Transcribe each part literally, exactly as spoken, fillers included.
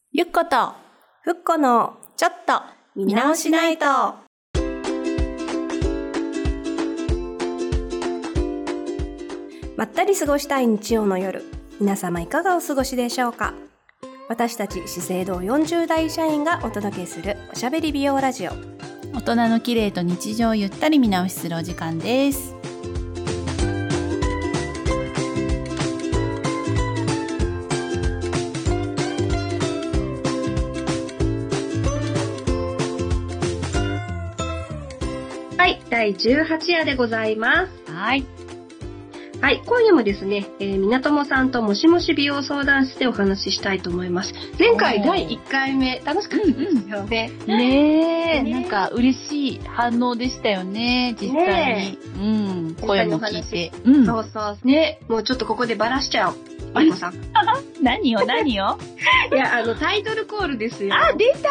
ゆっことふっこのちょっと見直しないと。 まったり過ごしたい日曜の夜、皆様いかがお過ごしでしょうか。私たち資生堂よんじゅう代社員がお届けするおしゃべり美容ラジオ。 大人の綺麗と日常をゆったり見直しするお時間です。 はい、だいじゅうはち夜でございます。 はい。 はい、今夜もですね、えー、みなともさんともしもし美容相談室でお話ししたいと思います。前回だいいっかいめ、楽しかったですよね。 うんうん、ねえ、 ねなんか嬉しい反応でしたよね、実際に。うん、声も聞いて。 うん、そうそう。ね、もうちょっとここでバラしちゃおう。あいこさん。 何よ、何よ。 いや、あの、タイトルコールですよ。 あ、出た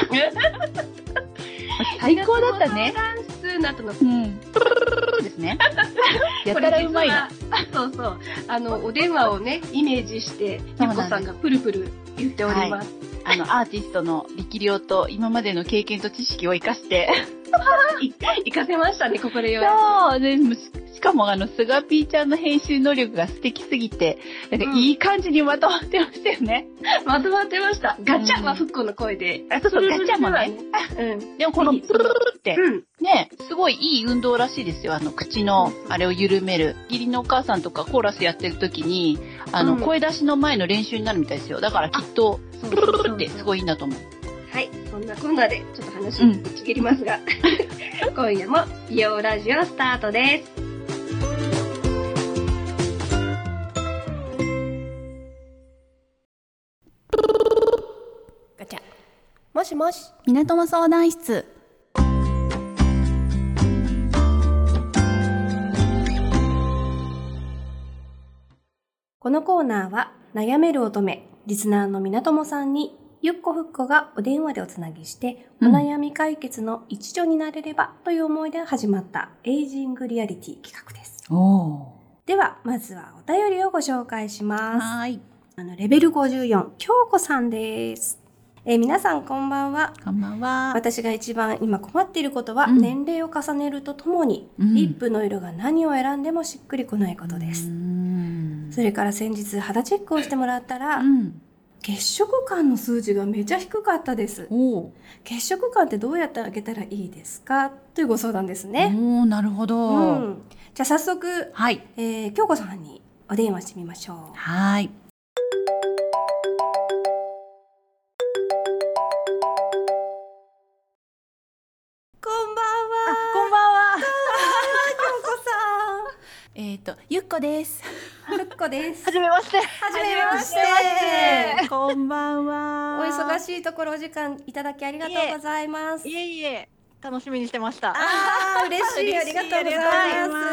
最高だったね。 相談室の後の、 うん。ですね。やたらうまいな。 そうそう。あの、お電話をね、イメージして、ゆっこさんがプルプル言っております。 はい、あの、アーティストの力量と今までの経験と知識を生かして、 生かせましたね、ここでよ。 そう。で、しかもあの、スガピーちゃんの編集能力が素敵すぎて、なんかいい感じにまとまってましたよね。 うん、まとまってました。ガチャはふっこの声で。 あ、そうそう、ガチャもね。うん。でもこのプルルルって、うん、ね、すごいいい運動らしいですよ。あの、口のあれを緩める。義理のお母さんとかコーラスやってる時に、あの、うん、声出しの前の練習になるみたいですよ。だからきっと、プルルルってすごいいいんだと思う。 はい、そんなこんなでちょっと話をぶち切りますが、うん、今夜も美容ラジオスタートです。 ガチャ。もしもし、 みなとも相談室。 このコーナーは悩める乙女、リスナーのみなともさんにゆっこふっこがお電話でおつなぎして、お悩み解決の一助になれればという思いで始まったエイジングリアリティ企画です。 おー。 では、まずはお便りをご紹介します。 はい。 あのレベルごじゅうよん、京子さんです。えー、皆さんこんばんは。 こんばんは。 私が一番今困っていることは、うん、年齢を重ねるとともに、うん、リップの色が何を選んでもしっくりこないことです。うんそれから先日肌チェックをしてもらったら、うん血色感の数字がめちゃ低かったです。血色感ってどうやって上げたらいいですかというご相談ですね。 おー、なるほど。うん、 じゃあ早速、 はいえー、京子さんにお電話してみましょう。 はい。 こんばんは。 あ、こんばんは。 京子さん。 えっと、ゆっこです。 ふっこです。 はじめまして。はじめまして。 こんばんは。 お忙しいところお時間いただきありがとうございます。 いえいえ、楽しみにしてました。 ああ、嬉しい。ありがとうございます。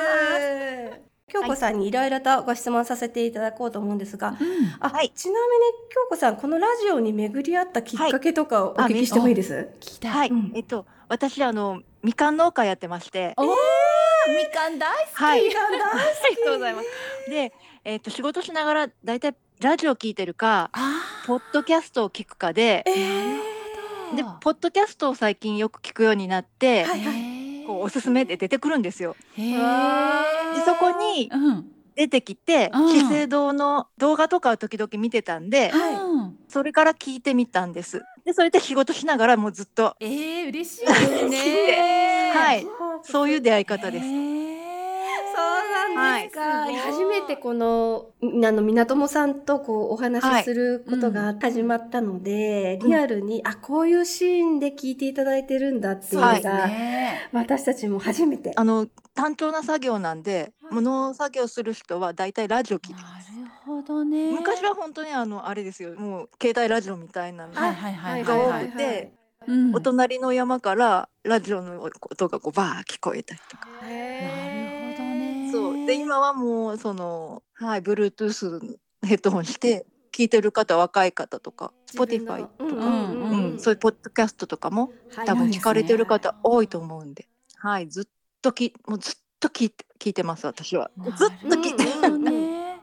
京子さんにいろいろとご質問させていただこうと思うんですが、うん、あ、はい、ちなみに京子さん、このラジオに巡り合ったきっかけとかをお聞きしてもいいです？はい、 聞きたい。はい、うん、えっと私あのみかん農家やってまして。 おー、みかん大好き。 はい、 みかん大好き。 ありがとうございます。で、えっと仕事しながらだいたいラジオ聞いてるか、ポッドキャストを聞くかで、 えー、でポッドキャストを最近よく聞くようになって、はいはい、こうおすすめで出てくるんですよ。 へー。 でそこに出てきて、うん、資生堂の動画とかを時々見てたんで、うん、それから聞いてみたんです。でそれで仕事しながらもうずっと、 えー、嬉しいですね。 はい、そういう出会い方です。 そうなんですか。はい、初めてこのあのみなともさんとこうお話しすることが始まったので、はい、リアルに、うん、あこういうシーンで聞いていただいてるんだっていうのが、ね、私たちも初めて。 あの単調な作業なんで、はい、物作業する人はだいたいラジオ聞いてます。 なるほどね。 昔は本当にあのあれですよ、もう携帯ラジオみたいなのが多くて、お隣の山からラジオの音がこうバー聞こえたりとか。 へー、なるほどね。 そうで今はもうそのはい Bluetooth ヘッドホンして聞いてる方、若い方とか Spotify とか、うんうんうん、そういうポッドキャストとかも、はい、多分聞かれてる方多いと思うんで、はい、ずっときもうずっと聞いて聞いてます。私はずっと聞いてる、 ね、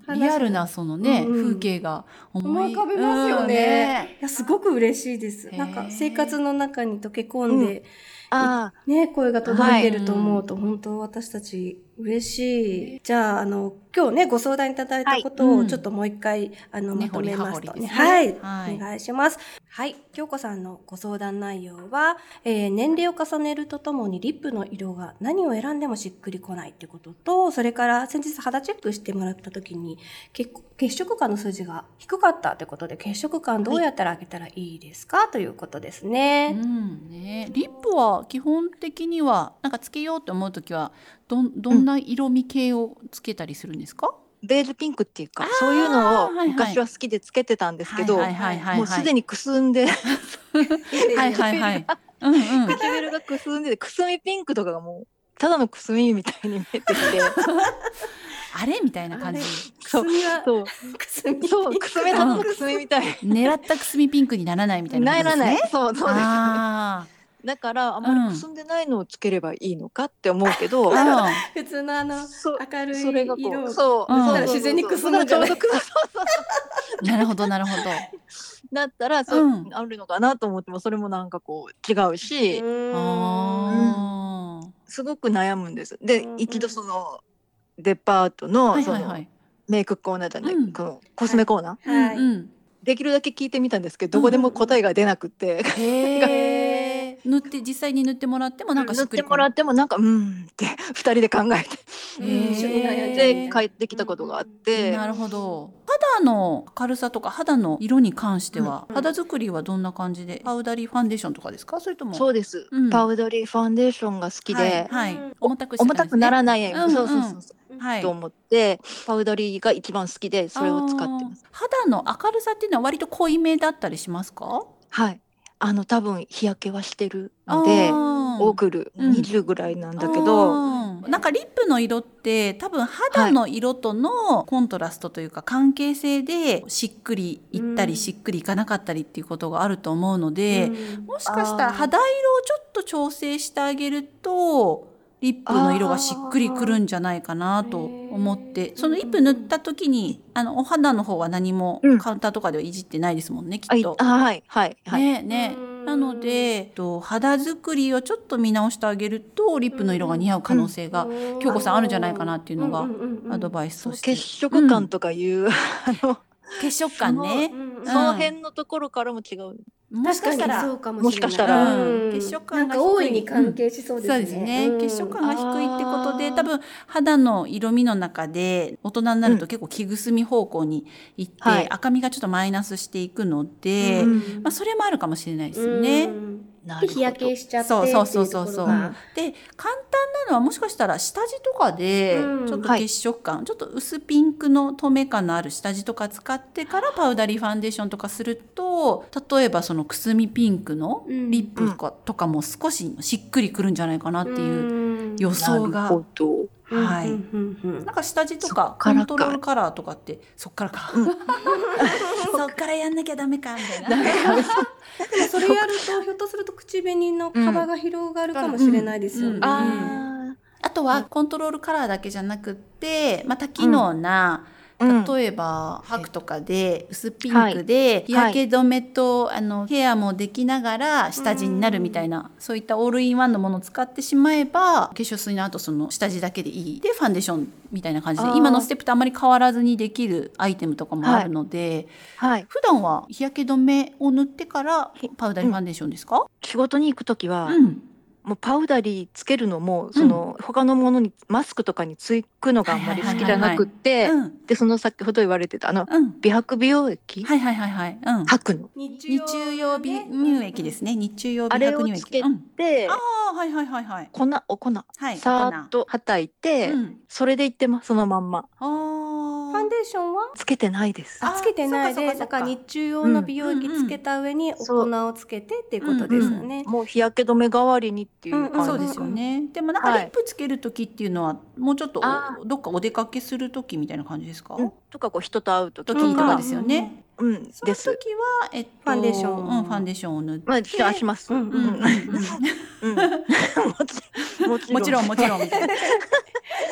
リアルなそのね、うん、風景が思い浮かべますよね。うん、ねいやすごく嬉しいです。なんか生活の中に溶け込んで、うんあね、声が届いてると思うと、はい、本当私たち嬉しい。じゃあ、あの、今日ね、ご相談いただいたことをちょっともう一回、はい、あの、まとめますとね。ねはい、はい。お願いします。はい。京子さんのご相談内容は、えー、年齢を重ねるとともにリップの色が何を選んでもしっくりこないってことと、それから先日肌チェックしてもらった時に、血色感の数字が低かったってことで、血色感どうやったら上げたらいいですか、はい、ということですね。 うんね。リップは基本的には、なんかつけようと思うときは、ど、どんな色味系をつけたりするんですか？ うん、ベージュピンクっていうか、そういうのを昔は好きでつけてたんですけど、もうすでにくすんで、はいはいはい。うんうん。唇がくすんで、くすみピンクとかがもう、ただのくすみみたいに見えてきて。 あれみたいな感じ。 くすみは、 そう、くすみ。そう、くすみただのくすみみたい。 狙ったくすみピンクにならないみたいなことですね。 ならない。そう、そうですね。だからあんまりくすんでないのをつければいいのかって思うけど、うん、 普通のあの明るいそれがこ色うそう、うん、 そう自然にくすむんじゃない。 なるほどなるほど。 だったらそう、うん、あるのかなと思ってもそれもなんかこう違うし、うん、すごく悩むんです。で、一度そのデパートのそのメイクコーナーじゃない、うん、このコスメコーナー、はいはい、できるだけ聞いてみたんですけど、どこでも答えが出なくて。 へー塗って実際に塗ってもらってもなんかしっくり塗ってもらってもなんかうんってふたりで考えて一緒に悩んで帰ってきたことがあって、 なるほど。肌の明るさとか肌の色に関しては、うん、肌作りはどんな感じで、パウダリーファンデーションとかですか？それともそうです、うん、パウダリーファンデーションが好きで、 はいはい、重たくして、ね、重たくならない、うんうん、そうそうそうそう、はい、と思ってパウダリーが一番好きでそれを使ってます。 肌の明るさっていうのは割と濃いめだったりしますか？ はい、あの多分日焼けはしてるのでオークルにじゅうぐらいなんだけど、 うん、なんかリップの色って多分肌の色とのコントラストというか関係性でしっくりいったりしっくりいかなかったりっていうことがあると思うので、うん、もしかしたら肌色をちょっと調整してあげるとリップの色がしっくりくるんじゃないかなと思って、そのリップ塗った時にあのお肌の方は何もカウンターとかではいじってないですもんね、うん、きっと。 あ、はいはいはい。 ねね。なのでと肌作りをちょっと見直してあげるとリップの色が似合う可能性が、うん、京子さんあるんじゃないかなっていうのがアドバイスとして。 血色感とかいう、うん、あの血色感ね、 その辺のところからも違う。 もしかしたら、 もしかしたら、 血色感が大いに関係しそうですね。 そうですね。血色感が低いってことで、多分肌の色味の中で大人になると結構木くすみ方向に行って、赤みがちょっとマイナスしていくので、まあそれもあるかもしれないですね。 で日焼けしちゃってそうそうそうそうそう。で簡単なのはもしかしたら下地とかでちょっと血色感、うんはい、ちょっと薄ピンクの透明感のある下地とか使ってからパウダリーファンデーションとかすると、例えばそのくすみピンクのリップとか、うん、とかも少ししっくりくるんじゃないかなっていう予想が。はい、うんうんうんうん、なんか下地とかコントロールカラーとかってそっからか、うん、そっからやんなきゃダメかみたいなそれやるとひょっとすると口紅の幅が広がるかもしれないですよね、うんうんうん、 あ, あとはコントロールカラーだけじゃなくって、まあ、多機能な、うん、例えばパックとかで薄ピンクで日焼け止めと、はい、あのケアもできながら下地になるみたいな、うん、そういったオールインワンのものを使ってしまえば化粧水の後その下地だけでいいでファンデーションみたいな感じで今のステップとあまり変わらずにできるアイテムとかもあるので、はいはい、普段は日焼け止めを塗ってからパウダリーファンデーションですか？うん、 仕事に行くときは、うんもうパウダリーつけるのもその、うん、他のものにマスクとかにつくのがあんまり好きじゃなくって、でその先ほど言われてたあの、うん、美白美容液、 はいはいはいはい、うん、 吐くの日中用美乳液ですね。日中用美白乳液あれをつけて、 うん、ああはいはいはいはい粉お粉、はい、さーっとはたいて、うん、それでいってますそのまんま。 あファンデーションはつけてないです。 あつけてないでだから日中用の美容液つけた上にお粉をつけてっていうことですよね、 うんうん、もう日焼け止め代わりにっていう感じ、 うんうん、そうですよね。でもなんかリップつける時っていうのは、はい、もうちょっとどっかお出かけする時みたいな感じですか？ うん、とかこう人と会う時とかですよね。 うん、うん、です。 その時は、えっと、 ファンデーション、 うん、ファンデーションを塗って、 まあ、じゃあします。うんうんうんうん、 もちろんもちろんみたいな。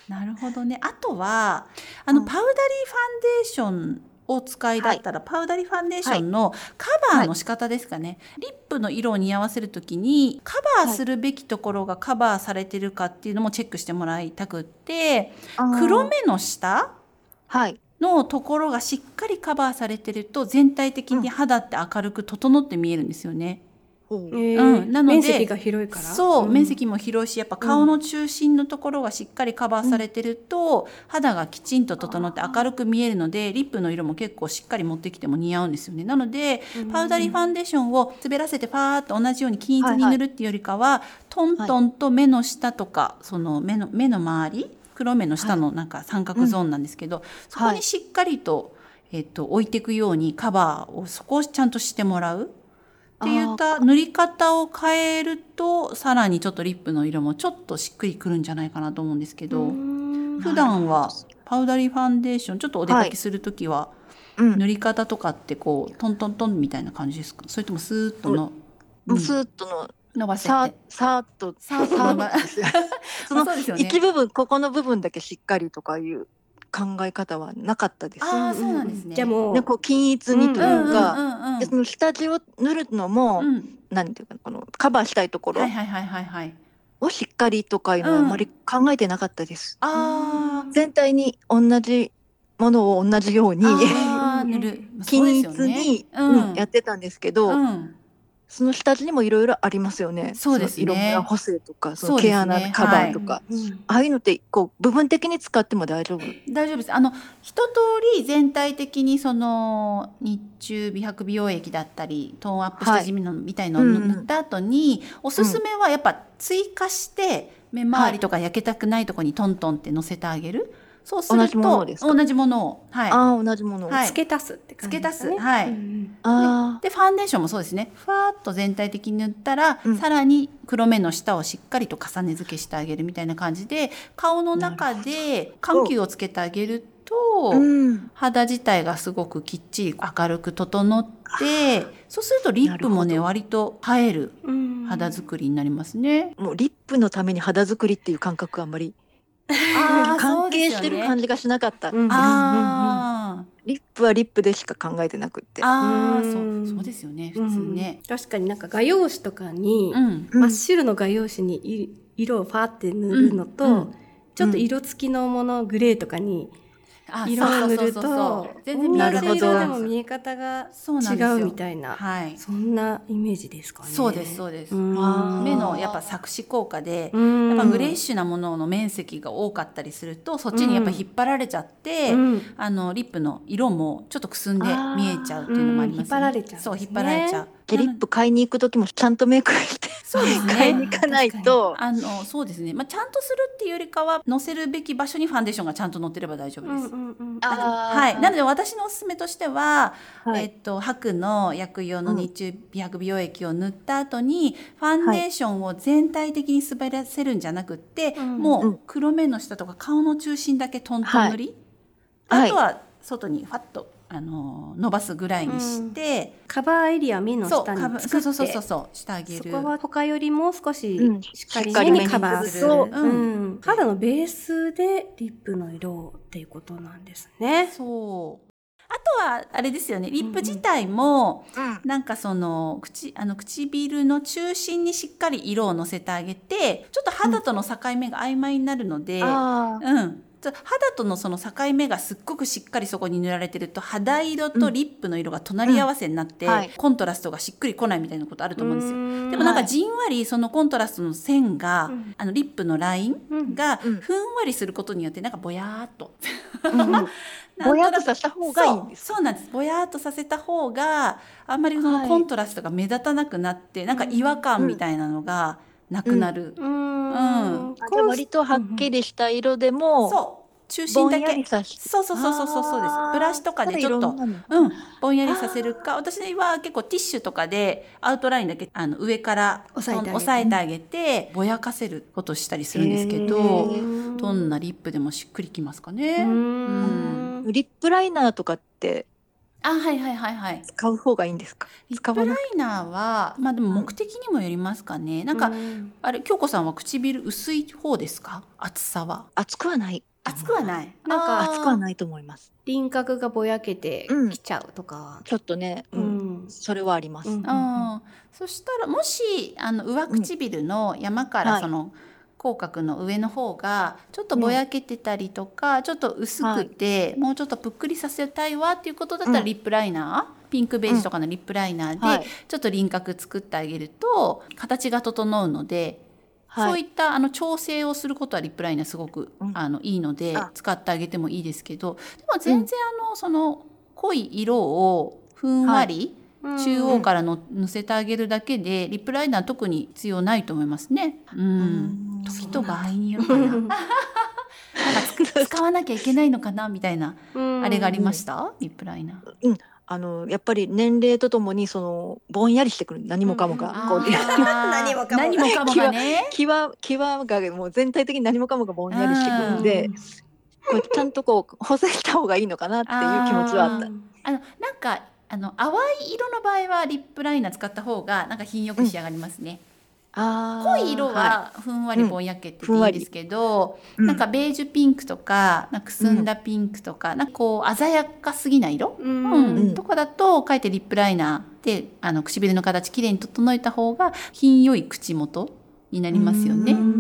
なるほどね。あとはあの、うん、パウダリーファンデーションをお使いだったら、はい、パウダリーファンデーションのカバーの仕方ですかね、はい、リップの色を似合わせるときにカバーするべきところがカバーされてるかっていうのもチェックしてもらいたくって、はい、黒目の下のところがしっかりカバーされてると全体的に肌って明るく整って見えるんですよね。 うんうん、なので面積が広いからそう、うん、面積も広いしやっぱ顔の中心のところがしっかりカバーされてると、うん、肌がきちんと整って明るく見えるのでリップの色も結構しっかり持ってきても似合うんですよね。なので、うん、パウダリーファンデーションを滑らせてファーっと同じように均一に塗るっていうよりかは、はいはい、トントンと目の下とかその目の、目の周り黒目の下のなんか三角ゾーンなんですけど、はい、そこにしっかりと、えっと、置いていくようにカバーをそこをちゃんとしてもらうって言った塗り方を変えるとさらにちょっとリップの色もちょっとしっくりくるんじゃないかなと思うんですけど、普段はパウダリーファンデーションちょっとお出かけするときは、はいうん、塗り方とかってこうトントントンみたいな感じですか？それともスーッとの、 うん、スーッとの伸ばせてささーっとさーっと伸ばせてその一部分ここの部分だけしっかりとかいう考え方はなかったです。 ああ、そうなんですね。 じゃあもう、 ね、こう均一にというか、その下地を塗るのも、うん、なんていうかこのカバーしたいところをしっかりとかいうのはあまり考えてなかったです。うん、あ全体に同じものを同じように塗る均一に、うんうん、やってたんですけど。うんその下地にもいろいろありますよね。 そうですね。 色ムラ補正とか、その毛穴カバーとか、ねはい、ああいうのってこう部分的に使っても大丈夫？ 大丈夫です。あの一通り全体的にその日中美白美容液だったりトーンアップした地味のみたいのを塗った後に、はいうんうん、おすすめはやっぱ追加して目周りとか焼けたくないところにトントンって乗せてあげる。そうすると同じものですか？ 同じものを、はい、 ああ同じものを、 はい、付け足すって感じですね。 付け足す、はい。うん、あで、でファンデーションもそうですね。ふわーっと全体的に塗ったら、うん、さらに黒目の下をしっかりと重ね付けしてあげるみたいな感じで、顔の中で緩急をつけてあげると、うん、肌自体がすごくきっちり明るく整って、そうするとリップもね割と映える肌作りになりますね。 もうリップのために肌作りっていう感覚はあんまり。あ関係してる感じがしなかった。ね、あリップはリップでしか考えてなくって。 あそう、そうですよね普通ね、 うん。確かになんか画用紙とかに、うん、真っ白の画用紙に色をファーって塗るのと、うんうん、ちょっと色付きのものグレーとかに色を塗ると全然同じ色でも見え方が違うみたいな、はい、そんなイメージですかね。 そうですそうです。目のやっぱ錯視効果でやっぱグレッシュなものの面積が多かったりするとそっちにやっぱ引っ張られちゃって、うん、あのリップの色もちょっとくすんで見えちゃうっていうのもありますね。 引っ張られちゃう、ね、 そう引っ張られちゃう。 リップ買いに行く時もちゃんとメイクしてそうですね、 買いに行かないとあのそうですね、まあ、ちゃんとするっていうよりかはのせるべき場所にファンデーションがちゃんと乗ってれば大丈夫です、うんうんうん、はい、なので私のおすすめとしては、はい、えっと、白の薬用の日中美白美容液を塗った後に、うん、ファンデーションを全体的に滑らせるんじゃなくって、はい、もう黒目の下とか顔の中心だけトントン塗り、はい、あとは外にファッとあの伸ばすぐらいにして、 うん、カバーエリア目の下に作ってそうそうそうそうそうしてあげる。 そこは他よりも少ししっかりめにカバーする、うんうん、肌のベースでリップの色っていうことなんですね。 そうあとはあれですよね、リップ自体も、うん、なんかその 口, あの唇の中心にしっかり色をのせてあげてちょっと肌との境目が曖昧になるので、うんうん肌とのその境目がすっごくしっかりそこに塗られてると肌色とリップの色が隣り合わせになって、うんはい、コントラストがしっくりこないみたいなことあると思うんですよ。でもなんかじんわりそのコントラストの線が、はい、あのリップのラインがふんわりすることによってなんかぼやーっと、うんうんぼやっとさせた方がいいんです。 そう、そうなんです。ぼやっとさせた方があんまりそのコントラストが目立たなくなって、はい、なんか違和感みたいなのがなくなる。うんうんうん、じゃ割とはっきりした色でも、うん、 そう中心だけそうそうそうそうそうそうです。ブラシとかでちょっとうんぼんやりさせるか、私は結構ティッシュとかでアウトラインだけあの上から押さえてあげて、押さえてあげてぼやかせることしたりするんですけど、どんなリップでもしっくりきますかね。うんリップライナーとかってあ、はいはいはいはい。 使う方がいいんですか？ リップライナーはまあでも目的にもよりますかね。なんか、うん、あれ京子さんは唇薄い方ですか？厚さは。 厚くはない。 厚くはない。 なんか厚くはないと思います。 輪郭がぼやけてきちゃうとか、 うん、ちょっとね、うん、それはあります。うん、 あ、そしたらもしあの上唇の山からその、うん、はい、口角の上の方がちょっとぼやけてたりとか、うん、ちょっと薄くて、はい、もうちょっとぷっくりさせたいわっていうことだったら、リップライナー、ピンクベージュとかのリップライナーで、うん、ちょっと輪郭作ってあげると形が整うので、はい、そういったあの調整をすることはリップライナーすごく、うん、あのいいので使ってあげてもいいですけど、でも全然あの、その濃い色をふんわり、はい、中央からののせてあげるだけでリップライナー特に必要ないと思いますね。うん、時と場合によるかな。なんか使わなきゃいけないのかなみたいなあれがありました？リップライナー。 うん、あのやっぱり年齢とともにそのぼんやりしてくる、何もかもが、 うん、こう何もかも何もかもがね、 際際がもう全体的に何もかもがぼんやりしてくるんで、これちゃんとこう補正した方がいいのかなっていう気持ちはあった。 あのなんかあの淡い色の場合はリップライナー使った方がなんか品よく仕上がりますね。うん、あ濃い色はふんわりぼんやけってていいんですけど、うん、なんかベージュピンクとかなんかくすんだピンクとか、うん、なんかこう鮮やかすぎない色、うんうん、とかだとかえてリップライナーであの唇の形きれいに整えた方が品良い口元になりますよね。うん、うん、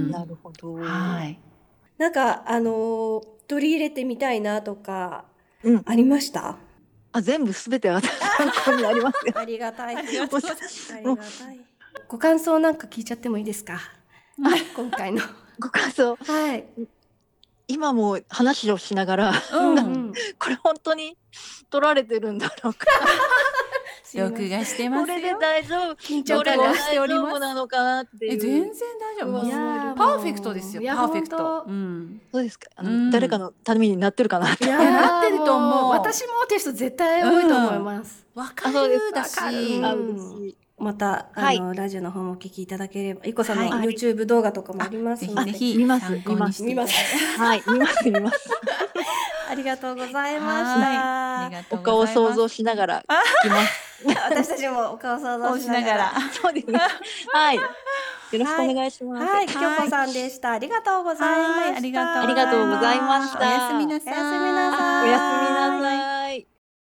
なるほど。 はい。 なんかあのー、取り入れてみたいなとかありました？うん、 あ、全部すべて私参考になりますよ。 ありがたい。ありがたい。ご感想なんか聞いちゃってもいいですか？今回のご感想。 はい。 今も話をしながら、うん、これ本当に撮られてるんだろうか。 録画してますよ。 これで大丈夫。 緊張感がしております。 大丈夫なのかなっていう。 え、全然大丈夫。いやパーフェクトですよ。パーフェクト。 うん、そうですか。あの、うん、誰かのためになってるかなって。 いやなってると思う。私もテスト絶対多いと思います。 わ、うん、かるだし。 またあの、はい、ラジオの方もお聞きいただければ、いこさんの YouTube 動画とかもありますので、 ぜひぜひ見ます見ます見ます。 はい、見ます見ます。 ありがとうございました。 ありがとうございます。 お顔を想像しながら聞きます。 私たちもお顔想像しながら。 そうですね。はい。よろしくお願いします。 はい、きょうこさんでした。ありがとうございました。 ありがとうございました。 おやすみなさい。 おやすみなさい。 おやすみなさい。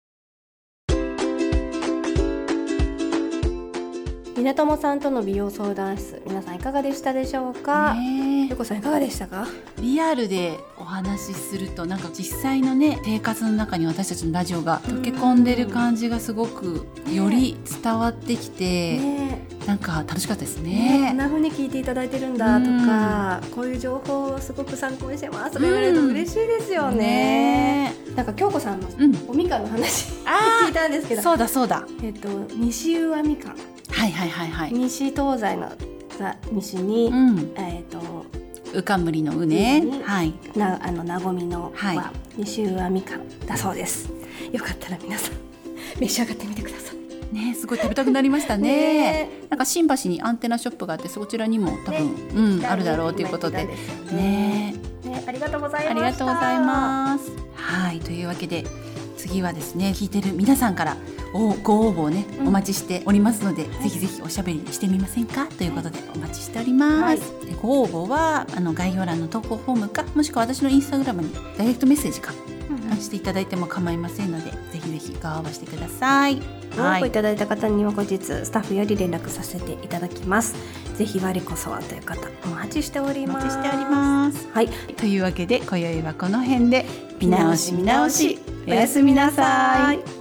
みなともさんとの美容相談室、皆さんいかがでしたでしょうか？ゆこさんいかがでしたか？ リアルでお話しするとなんか実際のね生活の中に私たちのラジオが溶け込んでる感じがすごくより伝わってきて、ね、なんか楽しかったですね。 ね、こんな風に聞いていただいてるんだとか、こういう情報をすごく参考にしてますとか言われると嬉しいですよね。ね、なんか京子さんのおみかんの話、うん、聞いたんですけど、 そうだそうだ。 えっと西宇和みかん。 はいはいはいはい。 西東西の西に、うん、えっとうかんむりのうね、はい、 なあのなごみのは西宇和みかんだそうです。よかったら皆さん召し上がってみてください。 ね、すごい食べたくなりましたね。ね、なんか新橋にアンテナショップがあってそちらにも多分、ね、うん、あるだろうということで、ねねね、ありがとうございました。 ありがとうございます。はい、というわけで次はですね、聞いてる皆さんからご応募をね、うん、お待ちしておりますので、はい、ぜひぜひおしゃべりしてみませんかということでお待ちしております。はい、でご応募はあの概要欄の投稿フォームか、もしくは私のインスタグラムにダイレクトメッセージか、うん、していただいても構いませんので、ぜひぜひご応募してください。 ご応募いただいた方には後日スタッフより連絡させていただきます。ぜひ我こそはという方お待ちしております。 お待ちしております。 はい、 というわけで今宵はこの辺で見直し見直し、おやすみなさい。